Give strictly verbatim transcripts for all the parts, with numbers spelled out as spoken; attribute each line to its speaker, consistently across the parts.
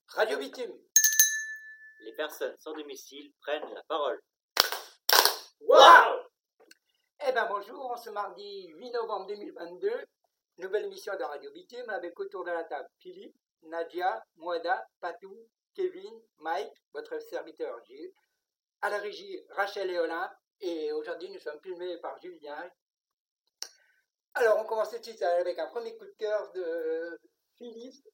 Speaker 1: Radio Bitume.
Speaker 2: Les personnes sans domicile prennent la parole.
Speaker 1: Waouh! Eh bien bonjour, on ce mardi huit novembre deux mille vingt-deux, nouvelle émission de Radio Bitume avec autour de la table Philippe, Nadia, Mouada, Patou, Kevin, Mike, votre serviteur Gilles, à la régie Rachel et Olympe, et aujourd'hui nous sommes filmés par Julien. Alors on commence tout de suite avec un premier coup de cœur de Philippe.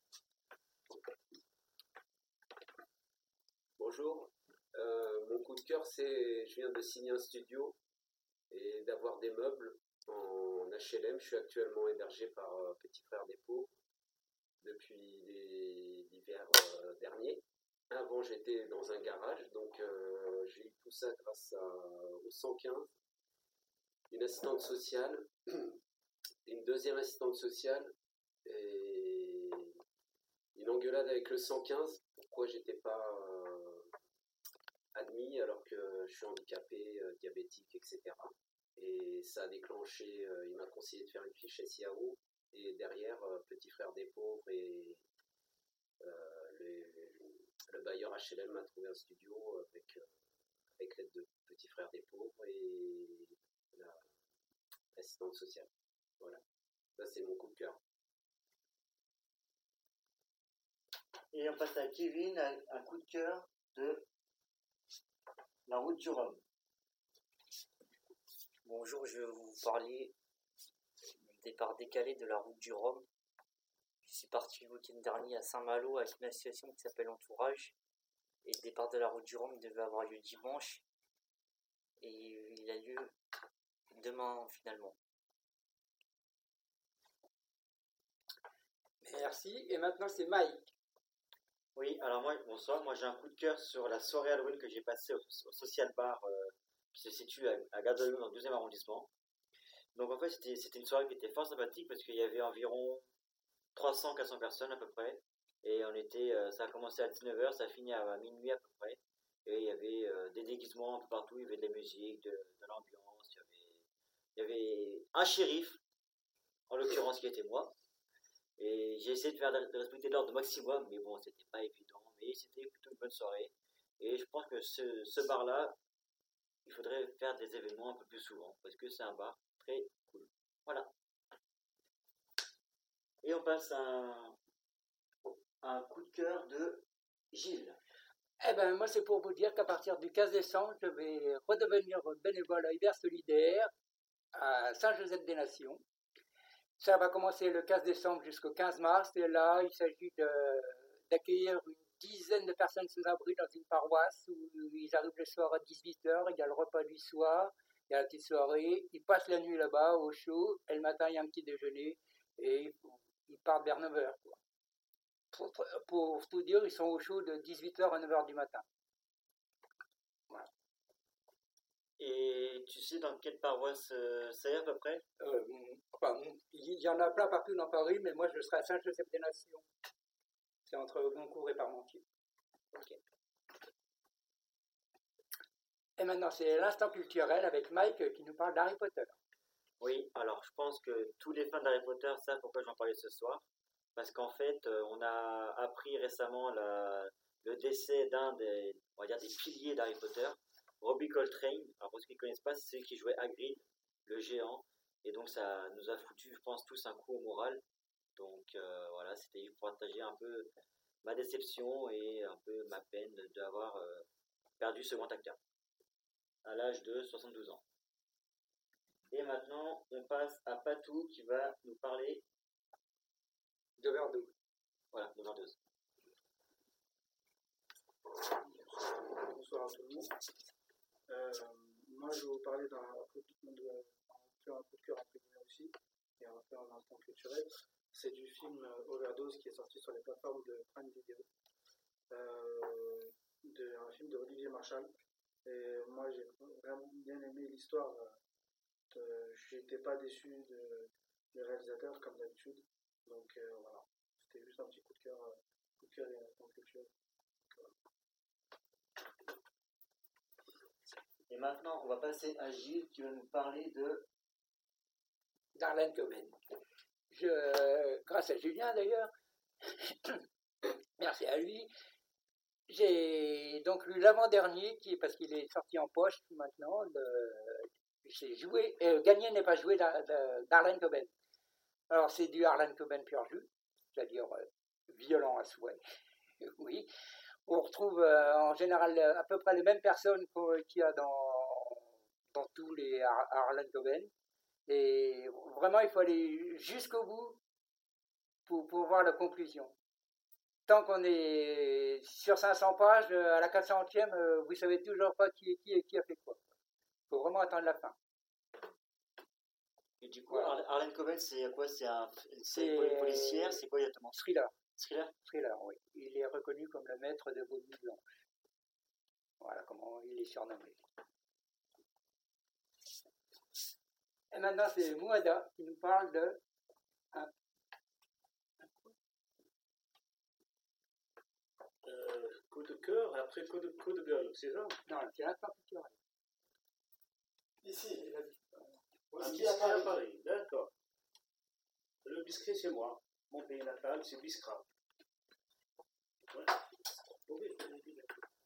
Speaker 3: Bonjour, euh, mon coup de cœur c'est, je viens de signer un studio et d'avoir des meubles en H L M. Je suis actuellement hébergé par euh, Petit Frère des Pauvres depuis les- l'hiver euh, dernier. Avant j'étais dans un garage, donc euh, j'ai eu tout ça grâce à, au cent quinze, une assistante sociale, une deuxième assistante sociale et une engueulade avec le cent quinze, pourquoi j'étais pas euh, admis alors que je suis handicapé, euh, diabétique, et cetera. Et ça a déclenché, euh, il m'a conseillé de faire une fiche S I A O, et derrière, euh, Petit Frère des Pauvres et euh, le, le bailleur H L M m'a trouvé un studio avec, euh, avec l'aide de Petit Frère des Pauvres et la- l'assistante sociale. Voilà, ça c'est mon coup de cœur.
Speaker 2: Et on passe à Kevin, un, un coup de cœur de la route du Rhum.
Speaker 4: Bonjour, je vais vous parler du départ décalé de la route du Rhum. Je suis parti le week-end dernier à Saint-Malo avec une association qui s'appelle Entourage. Et le départ de la route du Rhum devait avoir lieu dimanche. Et il a lieu demain finalement.
Speaker 1: Merci, et maintenant c'est Mike.
Speaker 2: Oui, alors moi, bonsoir, moi j'ai un coup de cœur sur la soirée Halloween que j'ai passée au, au Social Bar euh, qui se situe à, à Gare de Lyon dans le deuxième arrondissement. Donc en fait c'était, c'était une soirée qui était fort sympathique parce qu'il y avait environ trois cents à quatre cents personnes à peu près. Et on était, euh, ça a commencé à dix-neuf heures, ça a fini à minuit à peu près. Et il y avait euh, des déguisements un peu partout, il y avait de la musique, de, de l'ambiance, il y avait, il y avait un shérif, en l'occurrence qui était moi. Et j'ai essayé de faire de respecter l'ordre au maximum, mais bon, c'était pas évident. Mais c'était plutôt une bonne soirée. Et je pense que ce, ce bar-là, il faudrait faire des événements un peu plus souvent, parce que c'est un bar très cool. Voilà. Et on passe à un, à un coup de cœur de Gilles.
Speaker 1: Eh ben moi c'est pour vous dire qu'à partir du quinze décembre, je vais redevenir bénévole à Hiver Solidaire à Saint-Joseph-des-Nations. Ça va commencer le quinze décembre jusqu'au quinze mars, et là il s'agit de- d'accueillir une dizaine de personnes sous abri dans une paroisse où ils arrivent le soir à dix-huit heures, il y a le repas du soir, il y a la petite soirée, ils passent la nuit là-bas au chaud, et le matin il y a un petit déjeuner, et ils partent vers neuf heures. Quoi. Pour, pour tout dire, ils sont au chaud de dix-huit heures à neuf heures du matin.
Speaker 2: Et tu sais dans quelle paroisse euh, c'est à peu près?
Speaker 1: Euh, enfin, il y en a plein partout dans Paris, mais moi je serai à Saint-Joseph-des-Nations. C'est entre Goncourt et Parmentier.
Speaker 2: Ok.
Speaker 1: Et maintenant, c'est l'instant culturel avec Mike qui nous parle d'Harry Potter.
Speaker 2: Oui, alors je pense que tous les fans d'Harry Potter savent pourquoi j'en parlais ce soir. Parce qu'en fait, euh, on a appris récemment la- le décès d'un des, on va dire, des piliers d'Harry Potter, Robbie Coltrane. Alors pour ceux qui ne connaissent pas, c'est celui qui jouait Hagrid, le géant. Et donc ça nous a foutu, je pense, tous un coup au moral. Donc euh, voilà, c'était pour partager un peu ma déception et un peu ma peine d'avoir euh, perdu ce grand acteur à l'âge de soixante-douze ans. Et maintenant, on passe à Patou qui va nous parler
Speaker 1: d'Overdose.
Speaker 2: Voilà, d'overdose.
Speaker 5: Bonsoir à tout le monde. Euh, moi, je vais vous parler d'un coup de, faire un coup de cœur entre guillemets aussi, et on va faire un instant culturel. C'est du film Overdose qui est sorti sur les plateformes de Prime Video. Euh, de, un film de Olivier Marchal. Et moi, j'ai vraiment bien aimé l'histoire. Euh, je n'étais pas déçu de, du réalisateur comme d'habitude. Donc euh, voilà, c'était juste un petit coup de cœur, euh, coup de cœur et un instant culturel.
Speaker 2: Et maintenant, on va passer à Gilles qui va nous parler de
Speaker 1: Darlene Coben. Je, grâce à Julien d'ailleurs, merci à lui. J'ai donc lu l'avant-dernier, qui, parce qu'il est sorti en poche maintenant. de- J'ai joué, euh, Gagné n'est pas joué d'Ar- de- d'Harlan Coben. Alors c'est du Harlan Coben pur jus, c'est-à-dire euh, violent à souhait. Oui. On retrouve euh, en général euh, à peu près les mêmes personnes qu'au- qu'il y a dans, dans tous les Har- Harlan Coben. Et vraiment, il faut aller jusqu'au bout pour, pour voir la conclusion. Tant qu'on est sur cinq cents pages, euh, à la quatre centième, euh, vous savez toujours pas qui est qui et qui a fait quoi. Il faut vraiment attendre la fin.
Speaker 2: Et du coup,
Speaker 1: Voilà.
Speaker 2: Har- Harlan Coben, c'est quoi? C'est un, une
Speaker 1: C'est-
Speaker 2: série policière? C'est quoi exactement?
Speaker 1: Thriller,
Speaker 2: Thriller?
Speaker 1: thriller, oui. Il est reconnu comme le maître de vos nuits blanches. Voilà comment il est surnommé. Et maintenant, c'est Mouada qui nous parle de un
Speaker 6: Euh, coup de cœur après coup de, coup de gueule, c'est ça?
Speaker 1: non, c'est un particulier.
Speaker 6: Ici. Un
Speaker 5: Ici,
Speaker 6: biscuit
Speaker 5: à
Speaker 6: à
Speaker 5: Paris.
Speaker 6: Paris, d'accord. Le biscuit, c'est moi. Mon pays natal, c'est Biskra. Ouais. Oui, oui, oui.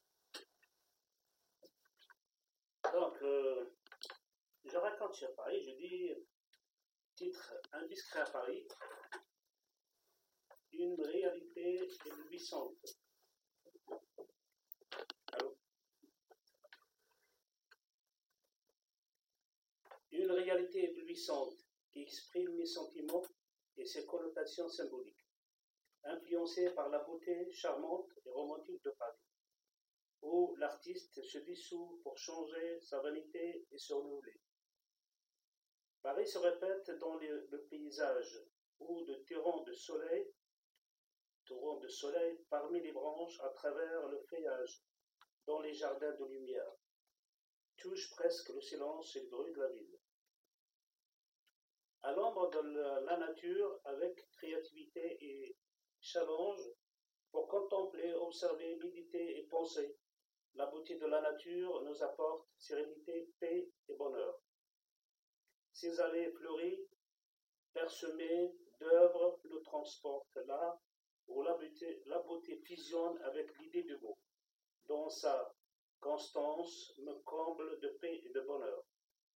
Speaker 6: Donc, euh, je raconte sur Paris, je dis, titre indiscret à Paris, une réalité éblouissante. Allô? Une réalité éblouissante qui exprime mes sentiments et ses connotations symboliques, influencée par la beauté charmante et romantique de Paris, où l'artiste se dissout pour changer sa vanité et se renouveler. Paris se répète dans le, le paysage, où de torrents de soleil, torrents de soleil parmi les branches à travers le feuillage, dans les jardins de lumière, touche presque le silence et le bruit de la ville. À l'ombre de la, la nature, avec créativité et challenge, pour contempler, observer, méditer et penser, la beauté de la nature nous apporte sérénité, paix et bonheur. Ces allées fleuries, parsemées d'œuvres, nous transportent là où la beauté, la beauté fusionne avec l'idée du beau. Dans sa constance, me comble de paix et de bonheur.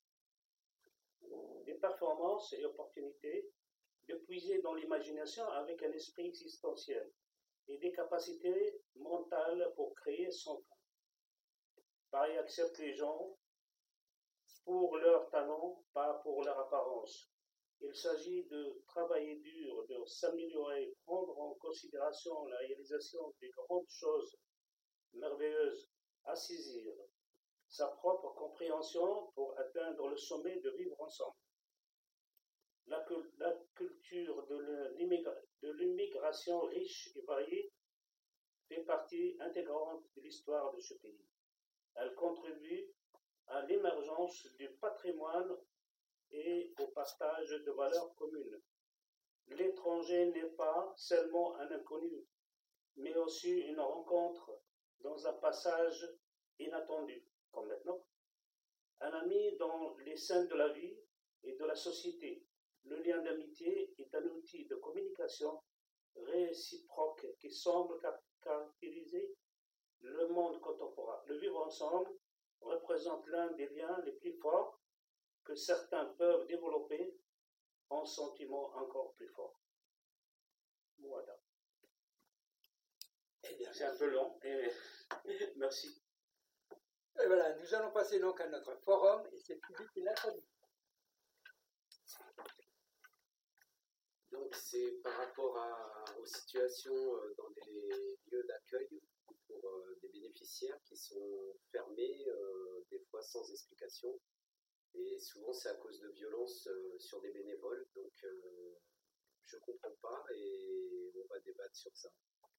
Speaker 6: Des performances et opportunités de puiser dans l'imagination avec un esprit existentiel et des capacités mentales pour créer son temps. Paris accepte les gens pour leur talent, pas pour leur apparence. Il s'agit de travailler dur, de s'améliorer, prendre en considération la réalisation des grandes choses merveilleuses à saisir, sa propre compréhension pour atteindre le sommet de vivre ensemble. La, la culture de l'immigration riche et variée fait partie intégrante de l'histoire de ce pays. Elle contribue à l'émergence du patrimoine et au partage de valeurs communes. L'étranger n'est pas seulement un inconnu, mais aussi une rencontre dans un passage inattendu, comme maintenant. Un ami dans les scènes de la vie et de la société. Le lien d'amitié est un outil de communication réciproque qui semble caractériser le monde contemporain. Le vivre ensemble représente l'un des liens les plus forts que certains peuvent développer en sentiments encore plus forts. Voilà.
Speaker 1: Eh bien,
Speaker 6: c'est un peu long, et merci.
Speaker 1: Et voilà, nous allons passer donc à notre forum, et c'est le public qui l'a traduit.
Speaker 3: Donc c'est par rapport à, aux situations euh, dans des lieux d'accueil pour euh, des bénéficiaires qui sont fermés, euh, des fois sans explication. Et souvent c'est à cause de violences euh, sur des bénévoles. Donc euh, je ne comprends pas et on va débattre sur ça.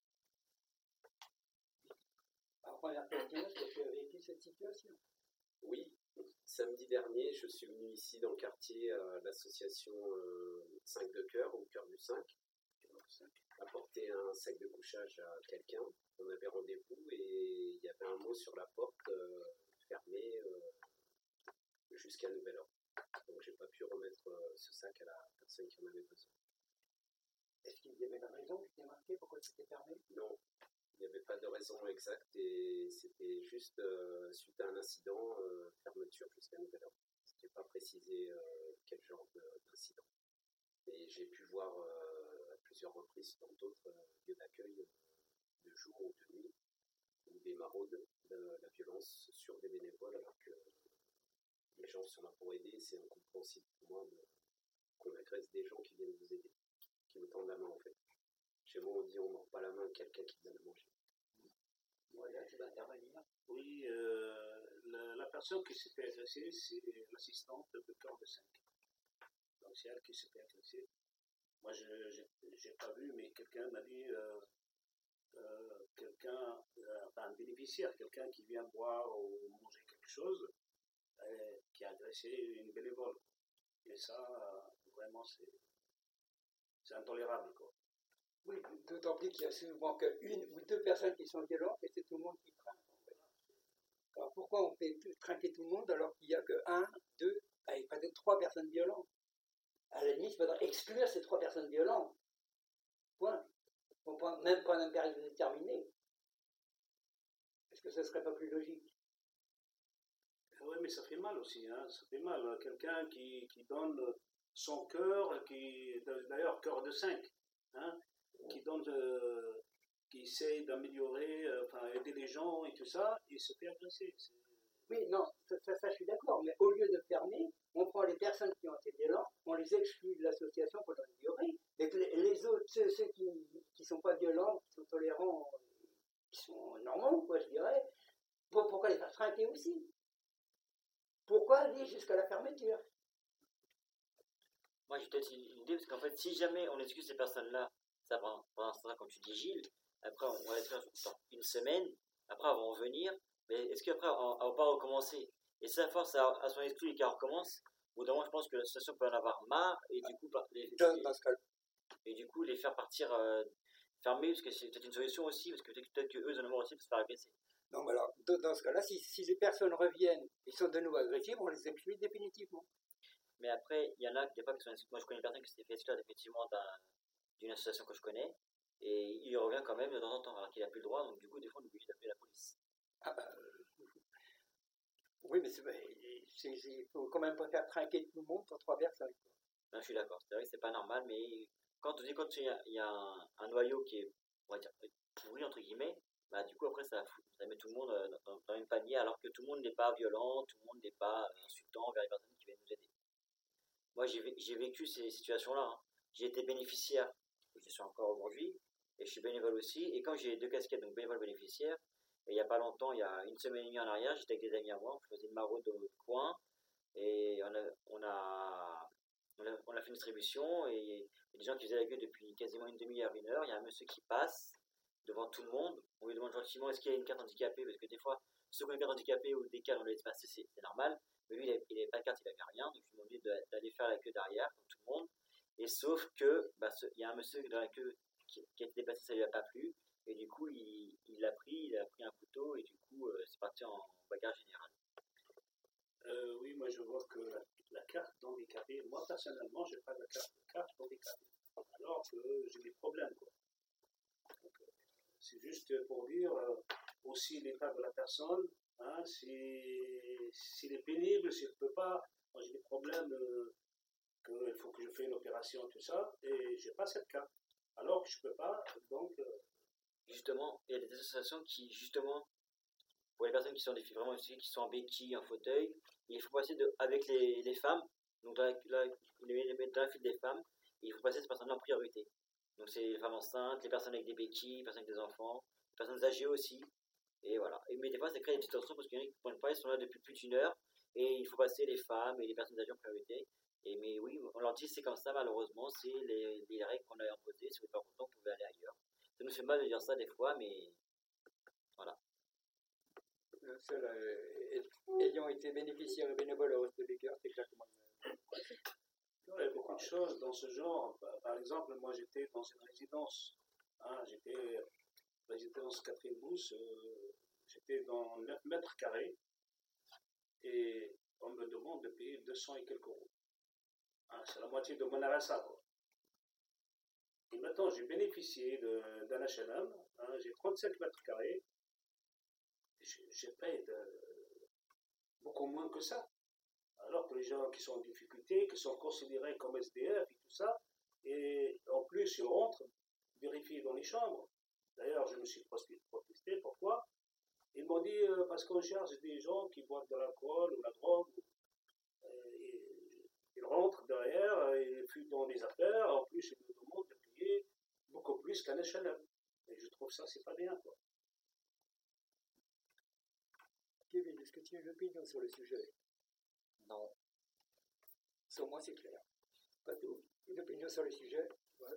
Speaker 1: En première question, est-ce que tu as vécu cette situation?
Speaker 3: Oui, samedi dernier, je suis venu ici dans le quartier à l'association euh, cinq de cœur, au cœur du cinq, apporter un sac de couchage à quelqu'un. On avait rendez-vous et il y avait un mot sur la porte euh, fermé euh, jusqu'à nouvel ordre. Donc j'ai pas pu remettre euh, ce sac à la personne qui en avait besoin.
Speaker 1: Est-ce qu'il y avait une raison qui était marquée pourquoi c'était fermé?
Speaker 3: Non, n'y avait pas de raison exacte et c'était juste euh, suite à un incident, euh, fermeture jusqu'à nouvel ordre. C'était pas précisé euh, quel genre de- d'incident. Et j'ai pu voir euh, à plusieurs reprises dans d'autres euh, lieux d'accueil, euh, de jour ou de nuit, ou des maraudes, de la violence sur des bénévoles, alors que les gens sont là pour aider. C'est incompréhensible pour moi de- qu'on agresse des gens qui viennent vous aider, qui vous tendent la main en fait. Chez moi, on dit on ne mord pas la main à quelqu'un qui donne à manger.
Speaker 1: Voilà, tu vas intervenir.
Speaker 6: Oui, euh, la, la personne qui s'est fait agresser, c'est l'assistante de cœur de cinq. Donc c'est elle qui s'est fait agresser. Moi, je n'ai pas vu, mais quelqu'un m'a dit, euh, euh, quelqu'un, euh, enfin un bénéficiaire, quelqu'un qui vient boire ou manger quelque chose, euh, qui a agressé une bénévole. Et ça, euh, vraiment, c'est intolérable, quoi.
Speaker 1: Oui, d'autant plus qu'il y a souvent qu'une ou deux personnes qui sont violentes et c'est tout le monde qui trinque. En fait. Alors pourquoi on fait tout, trinquer tout le monde alors qu'il n'y a que un, deux, allez, peut-être trois personnes violentes? À la limite, il faudrait exclure ces trois personnes violentes. Point. Même pendant une période déterminée. Est-ce que ce ne serait pas plus logique?
Speaker 6: Oui, mais ça fait mal aussi, hein. Ça fait mal. Quelqu'un qui, qui donne son cœur, qui d'ailleurs cœur de cinq, hein, qui donne, euh, qui essaye d'améliorer, euh, enfin aider les gens et tout ça, il se fait agresser.
Speaker 1: Oui, non, ça, ça, ça je suis d'accord, mais au lieu de fermer, on prend les personnes qui ont été violentes, on les exclut de l'association pendant une durée, et que les, les autres, ceux, ceux qui ne sont pas violents, qui sont tolérants, qui sont normaux, quoi, je dirais, pour, pourquoi les faire trinquer aussi? Pourquoi aller jusqu'à la fermeture?
Speaker 2: Moi, j'ai peut-être une idée, parce qu'en fait, si jamais on excuse ces personnes-là, ça pendant, pendant ce temps, comme tu dis, Gilles, après, on va être une semaine, après, elles vont revenir, mais est-ce qu'après, on ne va pas recommencer? Et si à force à, à son exclu et qu'elle recommence, au bout d'un moment, je pense que l'association peut en avoir marre, et du coup, les, les, et du coup, les faire partir euh, fermés, parce que c'est peut-être une solution aussi, parce que peut-être qu'eux, ils en ont marre aussi de se faire agresser.
Speaker 1: Non, mais alors, dans ce cas-là, si, si les personnes reviennent et sont de nouveau agressives, on les exclut définitivement.
Speaker 2: Mais après, il y en a, des fois, qui sont exclus. Moi, je connais une personne qui s'était fait exclure effectivement d'une association que je connais, et il revient quand même de temps en temps, alors qu'il n'a plus le droit, donc du coup, des fois, on est obligé d'appeler la police.
Speaker 1: Ah bah, euh, oui, mais il faut quand même pas faire trinquer tout le monde pour trois personnes.
Speaker 2: Non, je suis d'accord, c'est vrai que c'est pas normal, mais quand on dit quand il y a, il y a un, un noyau qui est, on va dire, pourri, entre guillemets, bah du coup, après, ça, ça met tout le monde dans, dans le même panier, alors que tout le monde n'est pas violent, tout le monde n'est pas insultant envers les personnes qui viennent nous aider. Moi, j'ai vécu ces situations-là. Hein. J'ai été bénéficiaire, je suis encore aujourd'hui, et je suis bénévole aussi. Et quand j'ai deux casquettes, donc bénévole bénéficiaire, et il n'y a pas longtemps, il y a une semaine et demie en arrière, j'étais avec des amis à moi, on faisait une maraude au coin, et on a, on a, on a, on a fait une distribution, et il y a des gens qui faisaient la queue depuis quasiment une demi-heure, une heure. Il y a un monsieur qui passe devant tout le monde, on lui demande gentiment est-ce qu'il y a une carte handicapée, parce que des fois, ceux qui ont une carte handicapée ou des cas, on les laisse passer, c'est normal. Mais lui, il n'avait pas de carte, il n'avait rien, donc je lui ai demandé d'aller faire la queue derrière, comme tout le monde. Et sauf que, bah, il y a un monsieur dans la queue qui, qui a été dépassé, ça lui a pas plu, et du coup, il l'a pris, il a pris un couteau, et du coup, euh, c'est parti en bagarre générale.
Speaker 6: Euh, oui, moi je vois que la, la carte d'handicapé, moi personnellement, je n'ai pas de carte, carte d'handicapé, alors que j'ai des problèmes, quoi. C'est juste pour dire euh, aussi l'état de la personne. Hein, s'il si est pénible, s'il ne peut pas, moi j'ai des problèmes, euh, qu'il faut que je fasse une opération, tout ça, et je n'ai pas cette carte. Alors que je ne peux pas, donc... Euh...
Speaker 2: Justement, il y a des associations qui, justement, pour les personnes qui sont des filles vraiment qui sont en béquille, en fauteuil, il faut passer de, avec les, les femmes, donc dans la, la, les mettre dans la file des femmes, et il faut passer ces personnes en priorité. Donc c'est les femmes enceintes, les personnes avec des béquilles, les personnes avec des enfants, les personnes âgées aussi. Et voilà. Et, mais des fois, ça crée des petites tensions parce qu'il y en a qui ne prennent pas, ils sont là depuis plus d'une heure et il faut passer les femmes et les personnes âgées en priorité. Et mais oui, on leur dit c'est comme ça, malheureusement, c'est les, les règles qu'on a imposées. Si vous n'êtes pas content, vous pouvez aller ailleurs. Ça nous fait mal de dire ça des fois, mais voilà.
Speaker 1: Le seul, euh, ayant été bénéficiaire et bénévole au Resto des Cœurs, c'est exactement le même.
Speaker 6: Il y a beaucoup de choses dans ce genre. Par exemple, moi j'étais dans une résidence. Hein, j'étais résidence Catherine Bousse, euh, j'étais dans neuf mètres carrés et on me demande de payer deux cents et quelques euros. Hein, c'est la moitié de mon R S A, quoi. Et maintenant, j'ai bénéficié de- d'un H L M, hein, j'ai trente-cinq mètres carrés, j'ai j'ai payé de- beaucoup moins que ça. Alors que les gens qui sont en difficulté, qui sont considérés comme S D F et tout ça, et en plus, ils rentrent, vérifier dans les chambres. D'ailleurs, je me suis protesté, pourquoi? Ils m'ont dit, euh, parce qu'on cherche des gens qui boivent de l'alcool ou la drogue, euh, et ils rentrent derrière, ils fuient dans les affaires, en plus, ils nous demandent de payer beaucoup plus qu'un H L M. Et je trouve ça, c'est pas bien, quoi.
Speaker 1: Kevin, est-ce que tu as une opinion sur le sujet?
Speaker 4: Non.
Speaker 1: Sur moi, c'est clair. Pas tout. Une opinion sur le sujet?
Speaker 5: Ouais.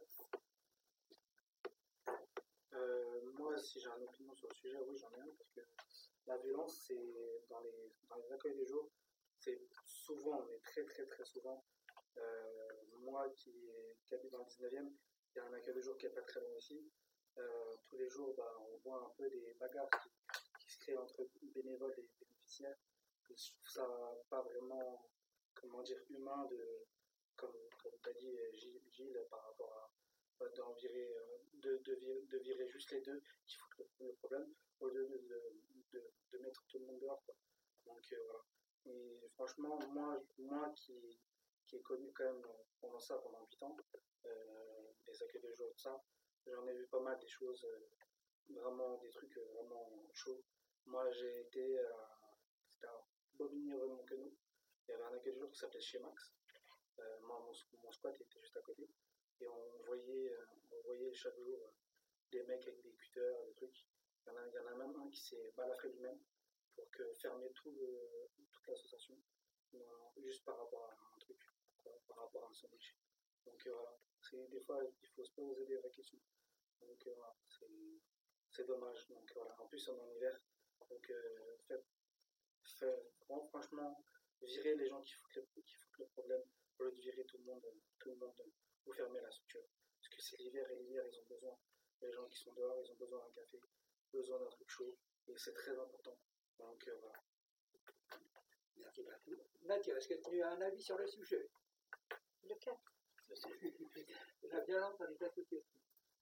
Speaker 5: Euh, moi, si j'ai une opinion sur le sujet, oui, j'en ai un, parce que la violence, c'est dans les, dans les accueils des jours, c'est souvent, mais très très très souvent, euh, moi qui, qui habite dans le dix-neuvième, il y a un accueil de jour qui n'est pas très loin ici. Euh, tous les jours, bah, on voit un peu des bagarres qui, qui se créent entre bénévoles et bénéficiaires. Et je trouve ça pas vraiment, comment dire, humain de, comme, comme tu as dit, Gilles, Gilles, par rapport à d'en virer, de, de, virer, de virer juste les deux qui foutent le, le problème, au lieu de, de, de, de mettre tout le monde dehors, quoi. Donc euh, voilà. Et franchement, moi, moi qui, qui ai connu quand même pendant ça, pendant huit ans, euh, des accueils de jour, tout ça, j'en ai vu pas mal des choses, euh, vraiment des trucs euh, vraiment chauds. Moi, j'ai été à, c'était à Bobigny-Renon-Queneau. Il y avait un accueil de jour qui s'appelait Chez Max. Euh, moi, mon, mon squat était juste à côté. Et on voyait, euh, on voyait chaque jour euh, des mecs avec des cutters, des trucs. Il y en a, il y en a même un qui s'est balafré lui-même pour que fermer tout le, toute l'association, euh, juste par rapport à un truc, quoi, par rapport à un sandwich. Donc euh, voilà, c'est, des fois il faut se poser des vraies questions. Donc euh, voilà, c'est, c'est dommage. Donc voilà, en plus on est en hiver, donc euh, fait, fait, franchement, virer les gens qui foutent le, qui foutent le problème, au lieu de virer tout le monde, tout le monde, vous fermez la structure. Parce que c'est l'hiver et l'hiver, ils ont besoin. Les gens qui sont dehors, ils ont besoin d'un café, besoin d'un truc chaud. Et c'est très important. Donc euh, voilà.
Speaker 1: Merci beaucoup. Nadia, est-ce que tu as un avis sur le sujet?
Speaker 7: Lequel?
Speaker 1: La violence dans les associations.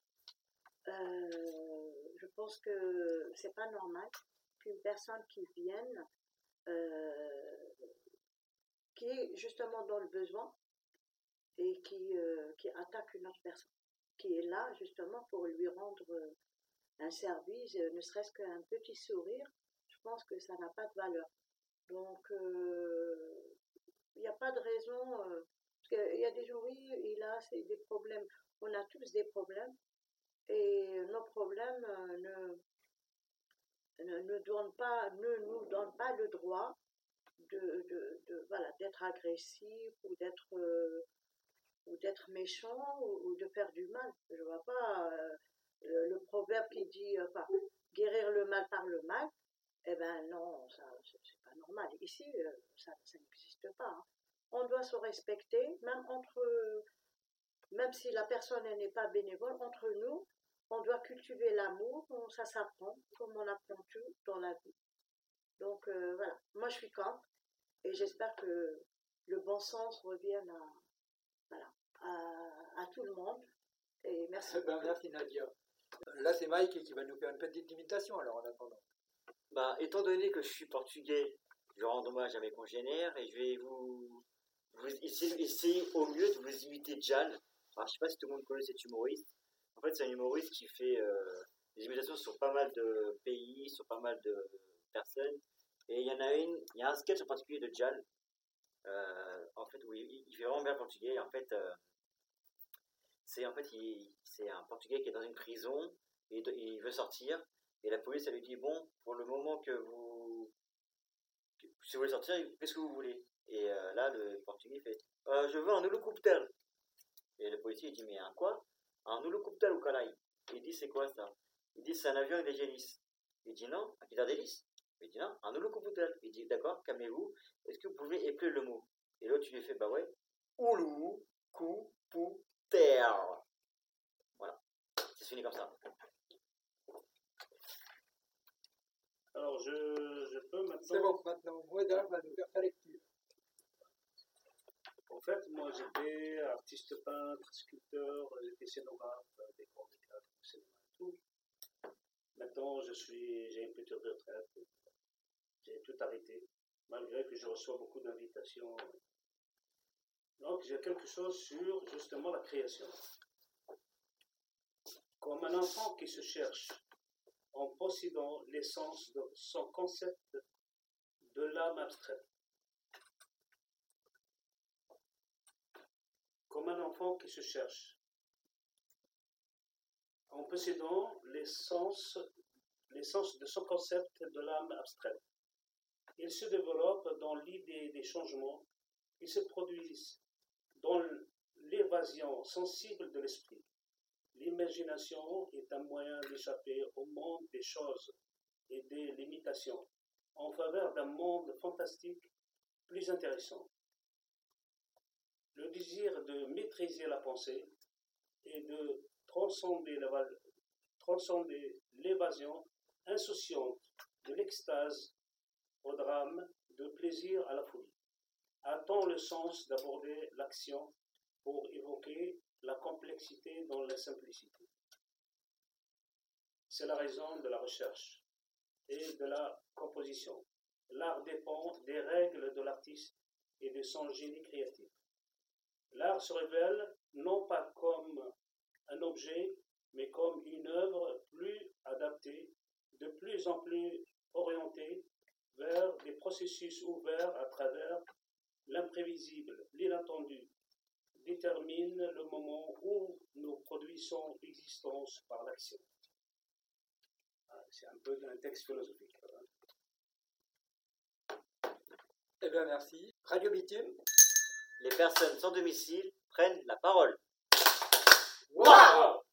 Speaker 7: Euh, je pense que c'est pas normal qu'une personne qui vienne, euh, qui est justement dans le besoin, et qui, euh, qui attaque une autre personne, qui est là justement pour lui rendre euh, un service, euh, ne serait-ce qu'un petit sourire. Je pense que ça n'a pas de valeur. Donc, il euh, n'y a pas de raison, euh, parce qu'il y a des gens, oui, il a c'est des problèmes, on a tous des problèmes, et nos problèmes euh, ne, ne, ne, donnent pas, ne nous donnent pas le droit de, de, de, voilà, d'être agressif ou d'être... Euh, ou d'être méchant ou, ou de faire du mal. Je ne vois pas euh, le, le proverbe qui dit euh, enfin, guérir le mal par le mal. Eh bien non, ça c'est pas normal. Ici, euh, ça, ça n'existe pas. Hein. On doit se respecter, même entre, même si la personne n'est pas bénévole, entre nous, on doit cultiver l'amour. On, ça s'apprend, comme on apprend tout dans la vie. Donc euh, voilà, moi je suis contre et j'espère que le bon sens revienne à Voilà, à, à tout le monde. Et merci.
Speaker 1: Ben, merci Nadia. Là, c'est Mike qui va nous faire une petite imitation, alors en attendant.
Speaker 2: Bah, étant donné que je suis portugais, je rends hommage à mes congénères et je vais vous, vous essayer, essayer au mieux de vous imiter Jal. Alors, je sais pas si tout le monde connaît cet humoriste. En fait, c'est un humoriste qui fait euh, des imitations sur pas mal de pays, sur pas mal de personnes. Et il y en a une, il y a un sketch en particulier de Jal. Euh, en fait, où il, il fait vraiment bien le portugais. En fait, euh, c'est en fait, il, c'est un portugais qui est dans une prison et de, il veut sortir. Et la police, elle lui dit bon, pour le moment que vous, que, si vous voulez sortir, qu'est-ce que vous voulez? Et euh, là, le portugais fait euh, je veux un helicoptère. Et le policier il dit mais un quoi? Un helicoptère au caraï. Il dit c'est quoi ça? Il dit c'est un avion avec des hélices. Il dit non, il a des hélices. Il dit non, un helicoptère. Il dit d'accord, calmez-vous. Est-ce que vous pouvez épeler le mot? Et l'autre tu lui fais bah ouais. Oulou, coup, pou, terre. Voilà. C'est fini comme ça.
Speaker 6: Alors je, je peux maintenant.
Speaker 1: C'est bon, maintenant, Moeda va nous faire sa lecture.
Speaker 6: En fait, moi, j'étais artiste peintre, sculpteur, j'étais scénographe, décor de théâtre, cinéma et tout. Maintenant, je suis, j'ai une petite retraite. J'ai tout arrêté, malgré que je reçois beaucoup d'invitations. Donc, j'ai quelque chose sur, justement, la création. Comme un enfant qui se cherche en possédant l'essence de son concept de l'âme abstraite. Comme un enfant qui se cherche en possédant l'essence, l'essence de son concept de l'âme abstraite. Il se développe dans l'idée des changements qui se produisent dans l'évasion sensible de l'esprit. L'imagination est un moyen d'échapper au monde des choses et des limitations en faveur d'un monde fantastique plus intéressant. Le désir de maîtriser la pensée et de transcender, la, transcender l'évasion insouciante de l'extase au drame, de plaisir à la folie, a-t-on le sens d'aborder l'action pour évoquer la complexité dans la simplicité. C'est la raison de la recherche et de la composition. L'art dépend des règles de l'artiste et de son génie créatif. L'art se révèle non pas comme un objet, mais comme une œuvre plus adaptée, de plus en plus orientée vers des processus ouverts à travers l'imprévisible, l'inattendu, détermine le moment où nous produisons l'existence par l'action. C'est un peu un texte philosophique.
Speaker 1: Eh bien, merci. Radio Bitume.
Speaker 2: Les personnes sans domicile prennent la parole.
Speaker 1: Waouh!